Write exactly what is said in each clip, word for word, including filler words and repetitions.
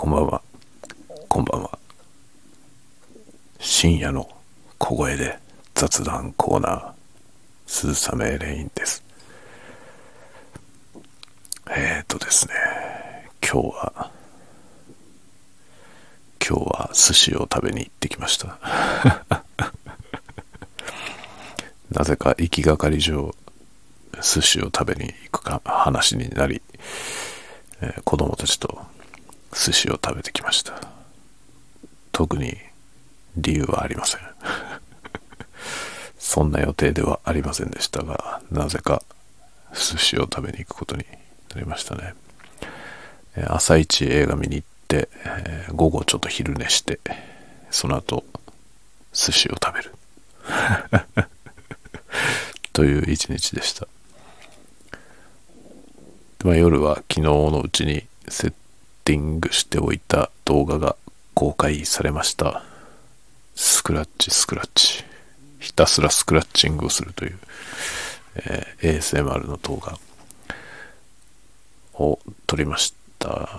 こんばんは。こんばんは。深夜の小声で雑談コーナー、鈴雨レインです。えーとですね、今日は今日は寿司を食べに行ってきました。なぜか行きがかり上寿司を食べに行くか話になり、えー、子供たちと寿司を食べてきました。特に理由はありません。そんな予定ではありませんでしたが、なぜか寿司を食べに行くことになりましたね。朝一映画見に行って、えー、午後ちょっと昼寝して、その後寿司を食べるという一日でした。まあ、夜は昨日のうちにセッティングしておいた動画が公開されました。スクラッチスクラッチひたすらスクラッチングをするという、えー、エーエスエムアール の動画を撮りました。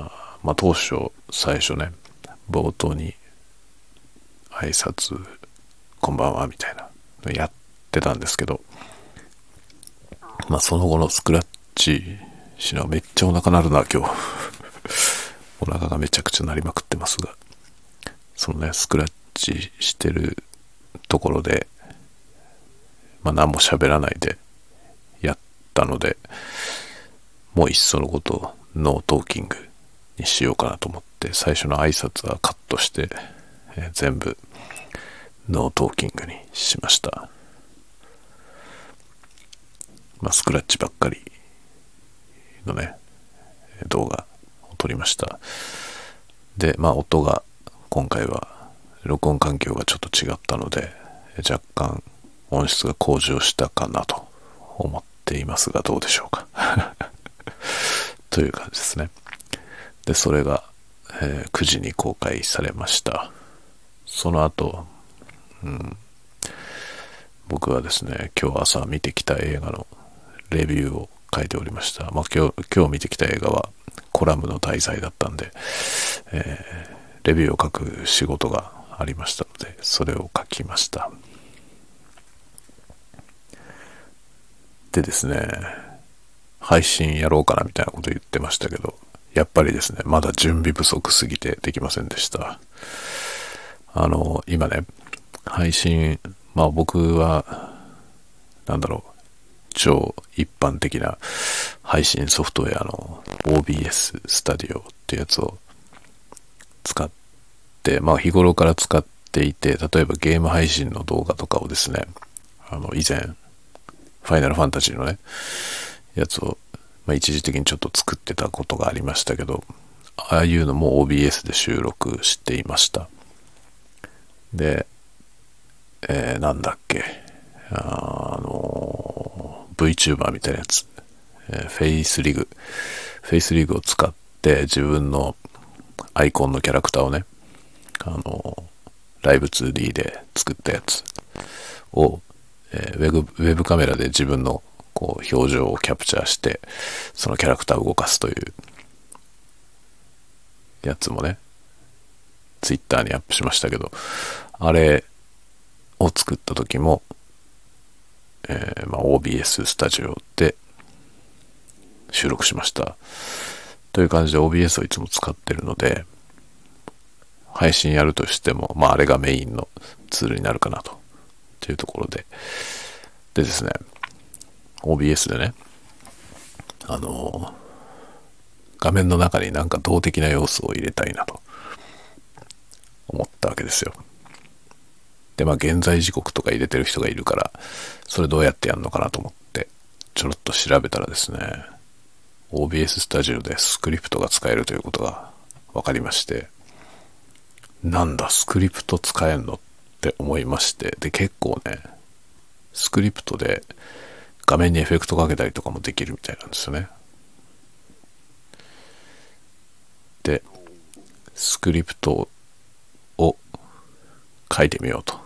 まあ当初最初ね、冒頭に挨拶こんばんはみたいなのやってたんですけど、まあその後のスクラッチしなめっちゃお腹鳴るな今日お腹がめちゃくちゃ鳴りまくってますが、そのねスクラッチしてるところでまあ何も喋らないでやったので、もういっそのことノートーキングにしようかなと思って最初の挨拶はカットして、えー、全部ノートーキングにしました。まあスクラッチばっかりのね動画を撮りました。でまあ音が今回は録音環境がちょっと違ったので若干音質が向上したかなと思っていますが、どうでしょうかという感じですね。でそれが、えー、くじに公開されました。その後、うん、僕はですね今日朝見てきた映画のレビューを書いておりました。まあ今日今日見てきた映画はコラムの題材だったんで、えー、レビューを書く仕事がありましたのでそれを書きました。でですね、配信やろうかなみたいなこと言ってましたけど、やっぱりですねまだ準備不足すぎてできませんでした。あの今ね配信、まあ僕はなんだろう超一般的な配信ソフトウェアの オービーエス スタジオってやつを使って、まあ日頃から使っていて、例えばゲーム配信の動画とかをですね、あの以前ファイナルファンタジーのねやつを、まあ、一時的にちょっと作ってたことがありましたけど、ああいうのも オービーエス で収録していました。で、えー、なんだっけあの VTuber みたいなやつ、えー、フェイスリグフェイスリグを使って自分のアイコンのキャラクターをね、あのライブ ツーディー で作ったやつを、えー、ウェブ、ウェブカメラで自分のこう表情をキャプチャーしてそのキャラクターを動かすというやつもねツイッターにアップしましたけど、あれを作った時も、えーまあ、オービーエス スタジオで収録しましたという感じで オービーエス をいつも使ってるので、配信やるとしても、まあ、あれがメインのツールになるかなとというところででですね オービーエス でねあの画面の中になんか動的な要素を入れたいなと思ったわけですよ。でまあ現在時刻とか入れてる人がいるからそれどうやってやるのかなと思ってちょろっと調べたらですね オービーエス スタジオでスクリプトが使えるということが分かりまして、なんだスクリプト使えんのって思いまして、で結構ねスクリプトで画面にエフェクトかけたりとかもできるみたいなんですよね。でスクリプトを書いてみようと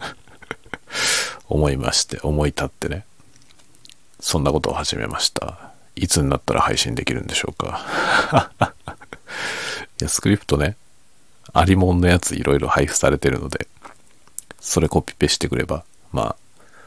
思いまして思い立ってねそんなことを始めました。いつになったら配信できるんでしょうかいや、スクリプトね、ありもんのやついろいろ配布されてるので、それコピペしてくれば、まあ、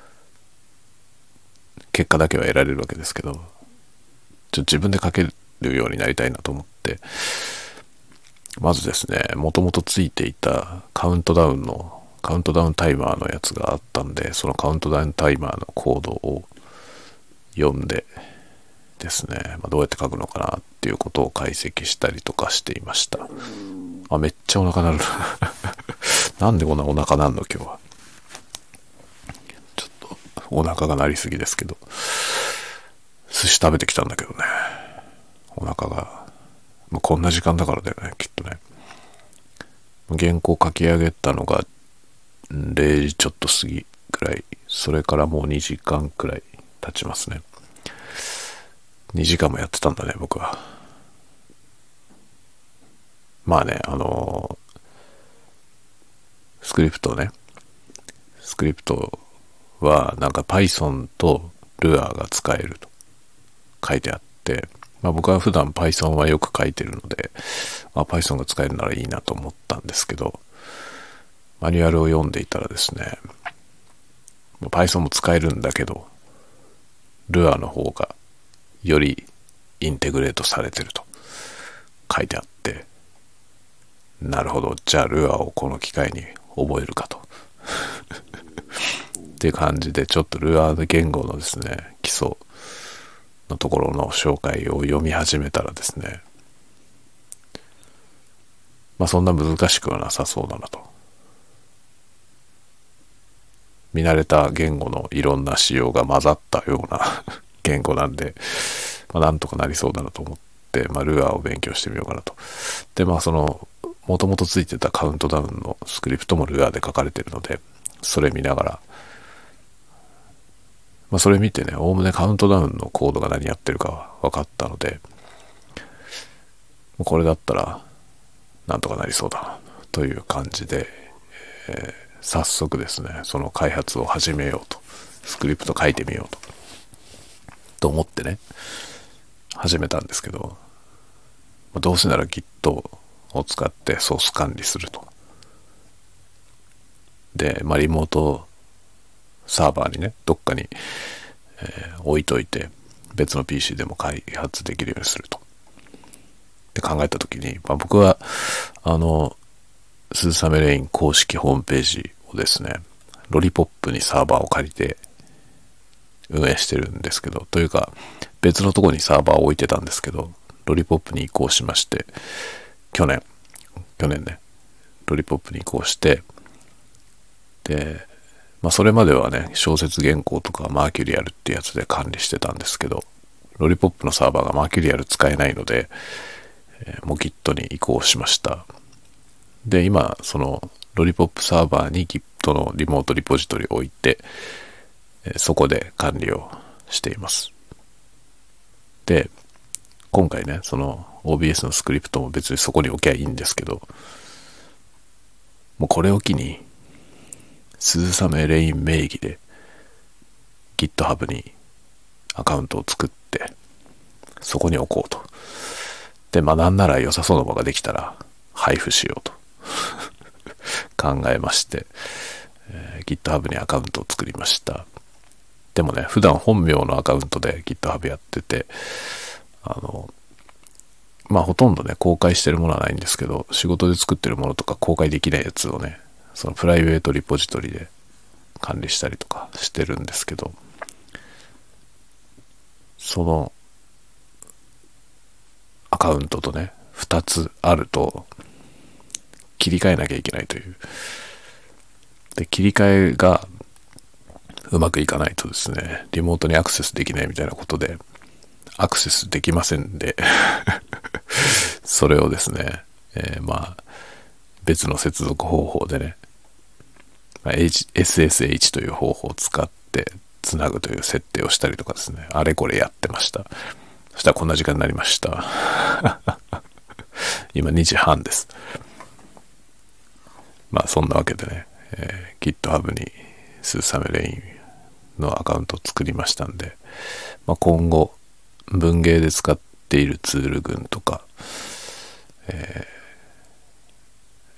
結果だけは得られるわけですけど、ちょ自分で書けるようになりたいなと思って、まずですね、もともとついていたカウントダウンの、カウントダウンタイマーのやつがあったんで、そのカウントダウンタイマーのコードを読んでですね、まあ、どうやって書くのかなっていうことを解析したりとかしていました。あ、めっちゃお腹鳴る。なんでこんなお腹鳴るの今日は。ちょっとお腹が鳴りすぎですけど、寿司食べてきたんだけどね、お腹が、もうこんな時間だからだよね、きっとね。原稿書き上げたのがれいじちょっと過ぎくらい、それからもうにじかんくらい経ちますね。にじかんもやってたんだね、僕は。まあね、あのー、スクリプトね、スクリプトはなんか Python と Lua が使えると書いてあって、まあ、僕は普段 Python はよく書いてるので、まあ、Python が使えるならいいなと思ったんですけど、マニュアルを読んでいたらですね、Python も使えるんだけど、Lua の方がよりインテグレートされてると書いてあって、なるほど、じゃあ Lua をこの機会に覚えるかとっていう感じで、ちょっと Lua 言語のですね、基礎のところの紹介を読み始めたらですね、まあそんな難しくはなさそうだなと。見慣れた言語のいろんな仕様が混ざったような言語なんで、まあ、なんとかなりそうだなと思って、まあ、ルアーを勉強してみようかなと。で、まあその、もともとついてたカウントダウンのスクリプトもルアーで書かれてるので、それ見ながら、まあそれ見てね、おおむねカウントダウンのコードが何やってるかは分かったので、これだったらなんとかなりそうだなという感じで、えー早速ですね、その開発を始めようと、スクリプト書いてみようとと思ってね、始めたんですけど、どうせなら Git を使ってソース管理すると。で、まあ、リモートサーバーにね、どっかに、えー置いといて、別の ピーシー でも開発できるようにすると。って考えたときに、まあ、僕は、あの、鈴雨レイン公式ホームページをですね、ロリポップにサーバーを借りて運営してるんですけど、というか別のところにサーバーを置いてたんですけど、ロリポップに移行しまして、去年、去年ね、ロリポップに移行して、で、まあそれまではね、小説原稿とかマーキュリアルってやつで管理してたんですけど、ロリポップのサーバーがマーキュリアル使えないので、えー、もう Git に移行しました。で、今、その、ロリポップサーバーに Git のリモートリポジトリを置いて、そこで管理をしています。で、今回ね、その オービーエス のスクリプトも別にそこに置きゃいいんですけど、もうこれを機に、鈴雨レイン名義で GitHub にアカウントを作って、そこに置こうと。で、まあなんなら良さそうなものができたら配布しようと考えまして、えー、GitHub にアカウントを作りました。でもね、普段本名のアカウントで GitHub やってて、あの、まあほとんどね、公開してるものはないんですけど、仕事で作ってるものとか公開できないやつをね、そのプライベートリポジトリで管理したりとかしてるんですけど、そのアカウントとね、ふたつあると切り替えなきゃいけないという。で、切り替えがうまくいかないとですね、リモートにアクセスできないみたいなことで、アクセスできませんで、それをですね、えー、まあ、別の接続方法でね、まあ、H、エスエスエイチ という方法を使ってつなぐという設定をしたりとかですね、あれこれやってました。そしたらこんな時間になりました。今にじはんです。まあそんなわけでね、えー、GitHub に鈴雨レインのアカウントを作りましたんで、まあ、今後文芸で使っているツール群とか、え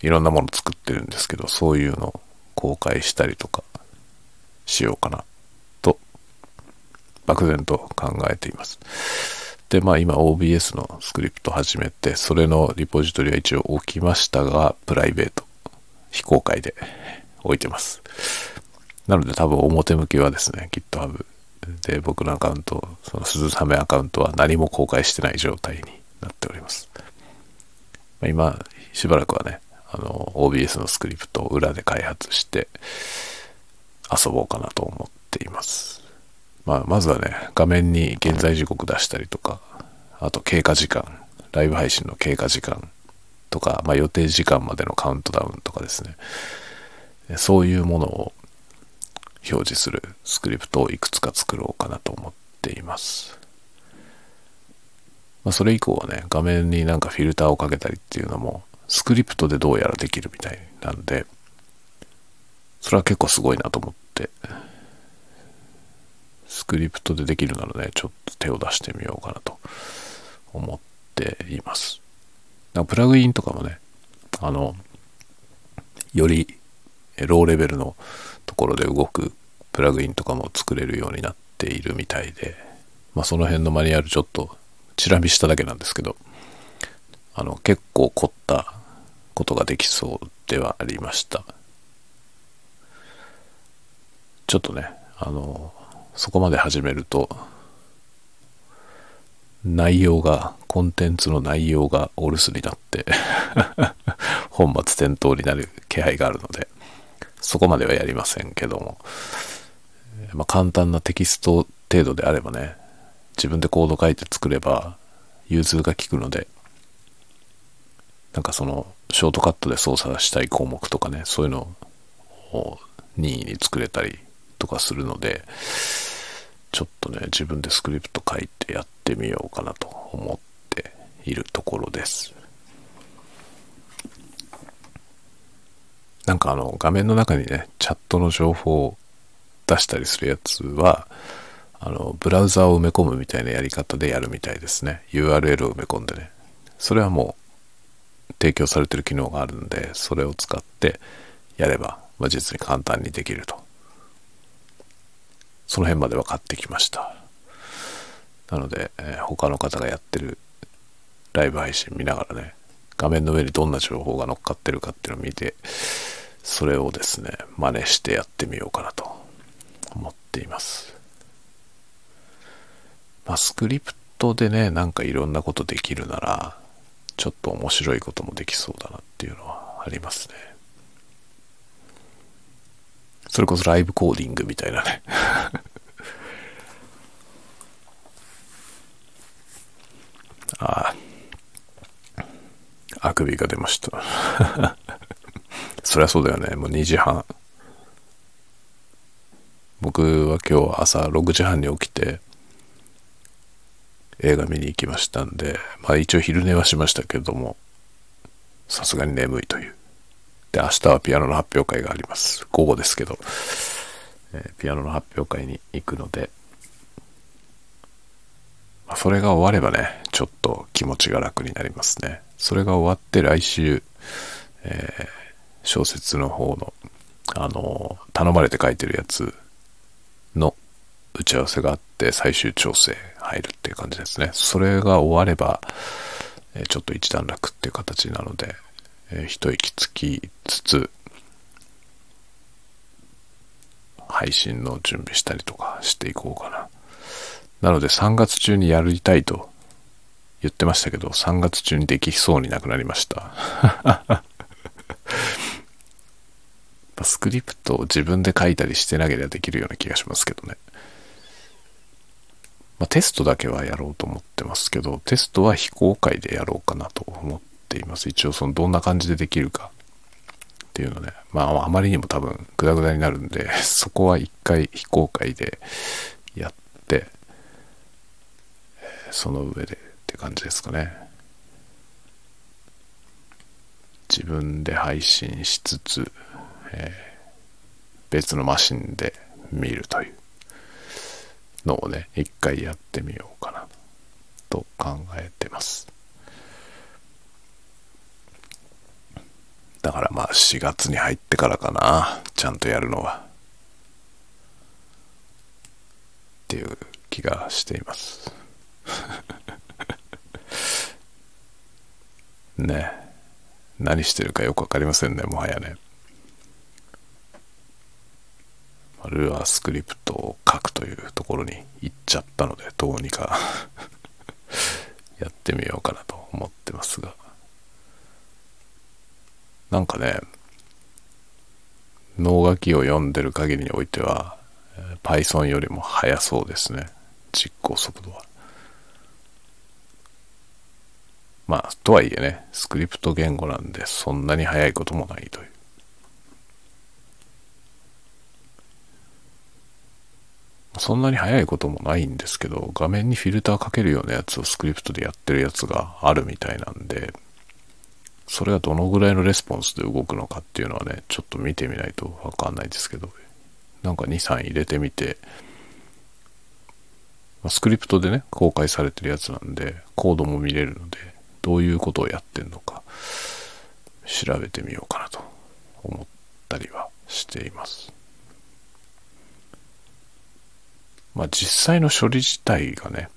いろんなもの作ってるんですけど、そういうのを公開したりとかしようかなと漠然と考えています。で、まあ今 オービーエス のスクリプト始めて、それのリポジトリは一応置きましたが、プライベート、非公開で置いてます。なので多分表向きはですね、GitHub で僕のアカウント、その鈴雨アカウントは何も公開してない状態になっております。まあ、今しばらくはね、あの オービーエス のスクリプトを裏で開発して遊ぼうかなと思っています。まあ、まずはね、画面に現在時刻出したりとか、あと経過時間、ライブ配信の経過時間とか、まあ、予定時間までのカウントダウンとかですね、そういうものを表示するスクリプトをいくつか作ろうかなと思っています。まあ、それ以降はね、画面になんかフィルターをかけたりっていうのもスクリプトでどうやらできるみたいなんで、それは結構すごいなと思って、スクリプトでできるならね、ちょっと手を出してみようかなと思っています。なんかプラグインとかもね、あのよりローレベルのところで動くプラグインとかも作れるようになっているみたいで、まあ、その辺のマニュアルちょっとチラ見しただけなんですけど、あの結構凝ったことができそうではありました。ちょっとね、あのそこまで始めると内容がコンテンツの内容がお留守になって本末転倒になる気配があるので、そこまではやりませんけども、まあ、簡単なテキスト程度であればね、自分でコード書いて作れば融通が利くので、なんかそのショートカットで操作したい項目とかね、そういうのを任意に作れたりとかするので、ちょっとね、自分でスクリプト書いてやってみようかなと思っているところです。なんかあの画面の中にね、チャットの情報を出したりするやつは、あのブラウザを埋め込むみたいなやり方でやるみたいですね。 ユーアールエル を埋め込んでね、それはもう提供されてる機能があるんで、それを使ってやれば、まあ、実に簡単にできると。その辺まで分かってきました。なので、えー、他の方がやってるライブ配信見ながらね、画面の上にどんな情報が乗っかってるかっていうのを見て、それをですね、真似してやってみようかなと思っています。まあ、スクリプトでね、なんかいろんなことできるなら、ちょっと面白いこともできそうだなっていうのはありますね。それこそライブコーディングみたいなねああ、あくびが出ましたそりゃそうだよね。もうにじはん。僕は今日朝ろくじはんに起きて映画見に行きましたんで、まあ一応昼寝はしましたけれども、さすがに眠いという。で、明日はピアノの発表会があります。午後ですけど、えー、ピアノの発表会に行くので、まあ、それが終わればね、ちょっと気持ちが楽になりますね。それが終わって来週、えー、小説の方の、あのー、頼まれて書いてるやつの打ち合わせがあって最終調整入るっていう感じですね。それが終われば、えー、ちょっと一段落っていう形なので、えー、一息つきつつ配信の準備したりとかしていこうかな。なのでさんがつ中にやりたいと言ってましたけど、さんがつ中にできそうになくなりましたスクリプトを自分で書いたりしてなければできるような気がしますけどね。まあ、テストだけはやろうと思ってますけど、テストは非公開でやろうかなと思っています。一応そのどんな感じでできるかっていうのね、まああまりにも多分グダグダになるんで、そこは一回非公開でやって、その上でって感じですかね。自分で配信しつつ、えー、別のマシンで見るというのをね、一回やってみようかなと考えてます。 だからまあしがつに入ってからかな、ちゃんとやるのはっていう気がしていますね。何してるかよくわかりませんね、もはやね。ルアースクリプトを書くというところに行っちゃったので、どうにかやってみようかなと思ってますが、なんかね、脳書きを読んでる限りにおいては Python よりも速そうですね、実行速度は。まあとはいえね、スクリプト言語なんでそんなに速いこともないという。そんなに速いこともないんですけど、画面にフィルターかけるようなやつをスクリプトでやってるやつがあるみたいなんで、それがどのぐらいのレスポンスで動くのかっていうのはね、ちょっと見てみないとわかんないですけど、なんかに、さん入れてみて、スクリプトでね、公開されてるやつなんで、コードも見れるので、どういうことをやってんのか、調べてみようかなと思ったりはしています。まあ実際の処理自体がね、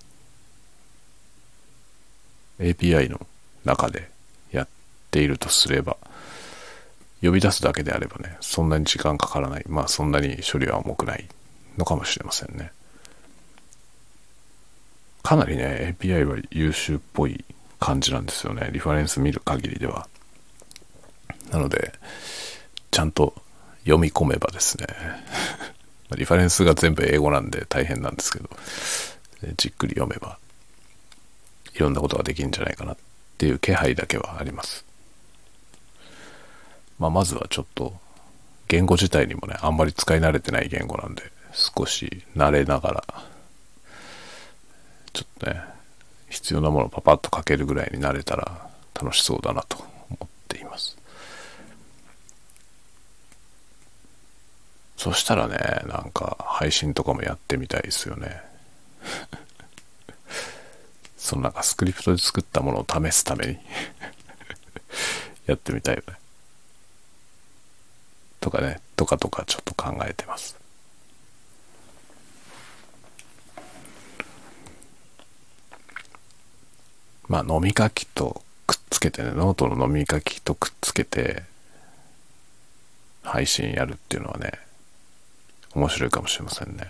エーピーアイ の中でやっているとすれば、呼び出すだけであればね、そんなに時間かからない。まあそんなに処理は重くないのかもしれませんね。かなりね、エーピーアイ は優秀っぽい感じなんですよね。リファレンス見る限りでは。なので、ちゃんと読み込めばですね、リファレンスが全部英語なんで大変なんですけど、じっくり読めばいろんなことができるんじゃないかなっていう気配だけはあります。まあ、まずはちょっと言語自体にもね、あんまり使い慣れてない言語なんで、少し慣れながらちょっとね、必要なものをパパッと書けるぐらいになれたら楽しそうだなと思っています。そしたらね、なんか配信とかもやってみたいですよねそのなんかスクリプトで作ったものを試すためにやってみたいよね。とかね、とかとかちょっと考えてます。まあ飲み書きとくっつけてね、ノートの飲み書きとくっつけて配信やるっていうのはね、面白いかもしれませんね。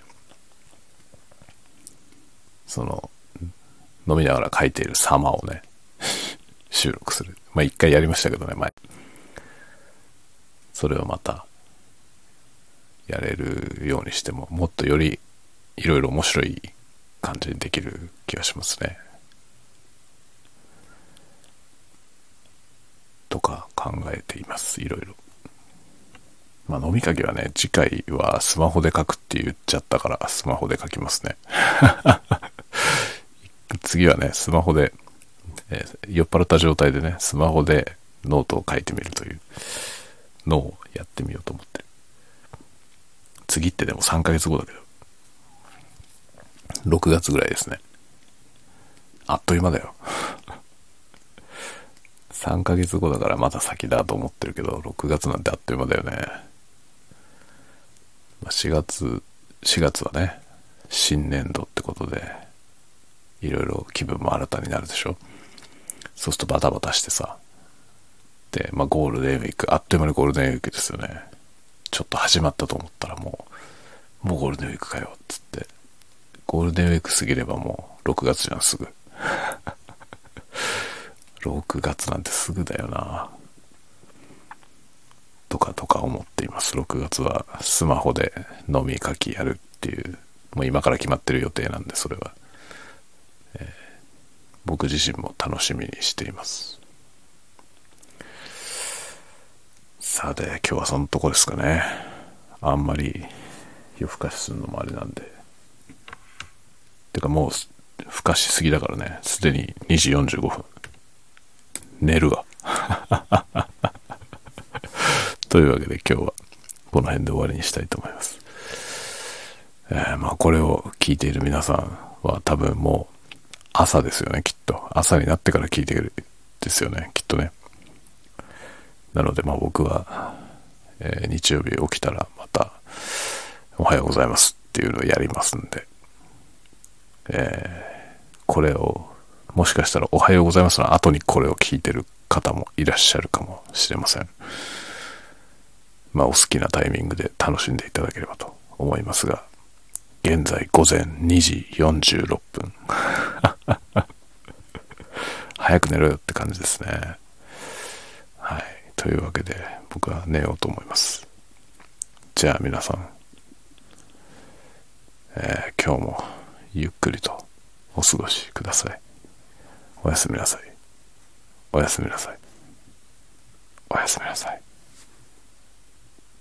その飲みながら書いている様をね収録する。まあ一回やりましたけどね、前。それをまたやれるようにしても、もっとよりいろいろ面白い感じにできる気がしますね。とか考えています、いろいろ。まあ飲みかけはね、次回はスマホで書くって言っちゃったからスマホで書きますね次はね、スマホで、えー、酔っ払った状態でね、スマホでノートを書いてみるというのをやってみようと思ってる。次ってでもさんかげつごだけど、ろくがつぐらいですね。あっという間だよさんかげつごだからまだ先だと思ってるけど、ろくがつなんてあっという間だよね。しがつ、しがつはね、新年度ってことで、いろいろ気分も新たになるでしょ。そうするとバタバタしてさ。で、まあゴールデンウィーク、あっという間にゴールデンウィークですよね。ちょっと始まったと思ったらもう、もうゴールデンウィークかよ、っつって。ゴールデンウィーク過ぎればもうろくがつじゃん、すぐ。ろくがつなんてすぐだよな。とかとか思っています。ろくがつはスマホで飲み書きやるっていう、もう今から決まってる予定なんで、それは、えー、僕自身も楽しみにしています。さて、今日はそのとこですかね。あんまり夜更かしするのもあれなんで。てかもう更かしすぎだからね、すでににじよんじゅうごふん。寝るわ。というわけで今日はこの辺で終わりにしたいと思います。えー、まあこれを聞いている皆さんは多分もう朝ですよね、きっと。朝になってから聞いてるですよね、きっとね。 なのでまあ僕は、えー、日曜日起きたらまたおはようございますっていうのをやりますんで、えー、これをもしかしたらおはようございますの後にこれを聞いてる方もいらっしゃるかもしれません。まあお好きなタイミングで楽しんでいただければと思いますが、現在午前にじよんじゅうろっぷん早く寝ろよって感じですね。はい、というわけで僕は寝ようと思います。じゃあ皆さん、えー、今日もゆっくりとお過ごしください。おやすみなさい。おやすみなさい。おやすみなさい。